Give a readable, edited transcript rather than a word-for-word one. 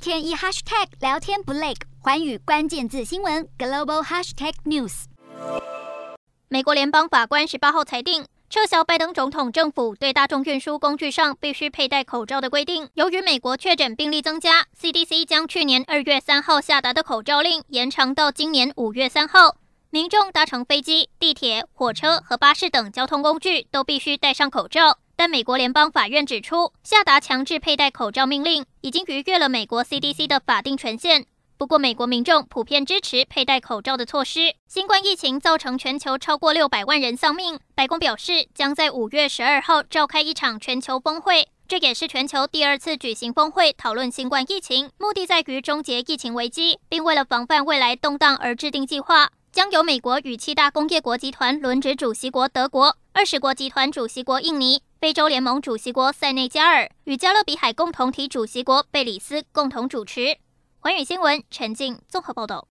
天一 hashtag 聊天不累，寰宇关键字新闻 global hashtag news。 美国联邦法官18号裁定，撤销拜登总统政府对大众运输工具上必须佩戴口罩的规定。由于美国确诊病例增加 ，CDC 将去年2月3号下达的口罩令延长到今年5月3号。民众搭乘飞机、地铁、火车和巴士等交通工具都必须戴上口罩。但美国联邦法院指出，下达强制佩戴口罩命令已经逾越了美国 CDC 的法定权限。不过，美国民众普遍支持佩戴口罩的措施。新冠疫情造成全球超过600万人丧命，白宫表示将在5月12号召开一场全球峰会，这也是全球第2次举行峰会讨论新冠疫情，目的在于终结疫情危机，并为了防范未来动荡而制定计划。将由美国与7大工业国集团轮值主席国德国、20国集团主席国印尼、非洲联盟主席国塞内加尔与加勒比海共同体主席国贝里斯共同主持。寰宇新闻陈静综合报道。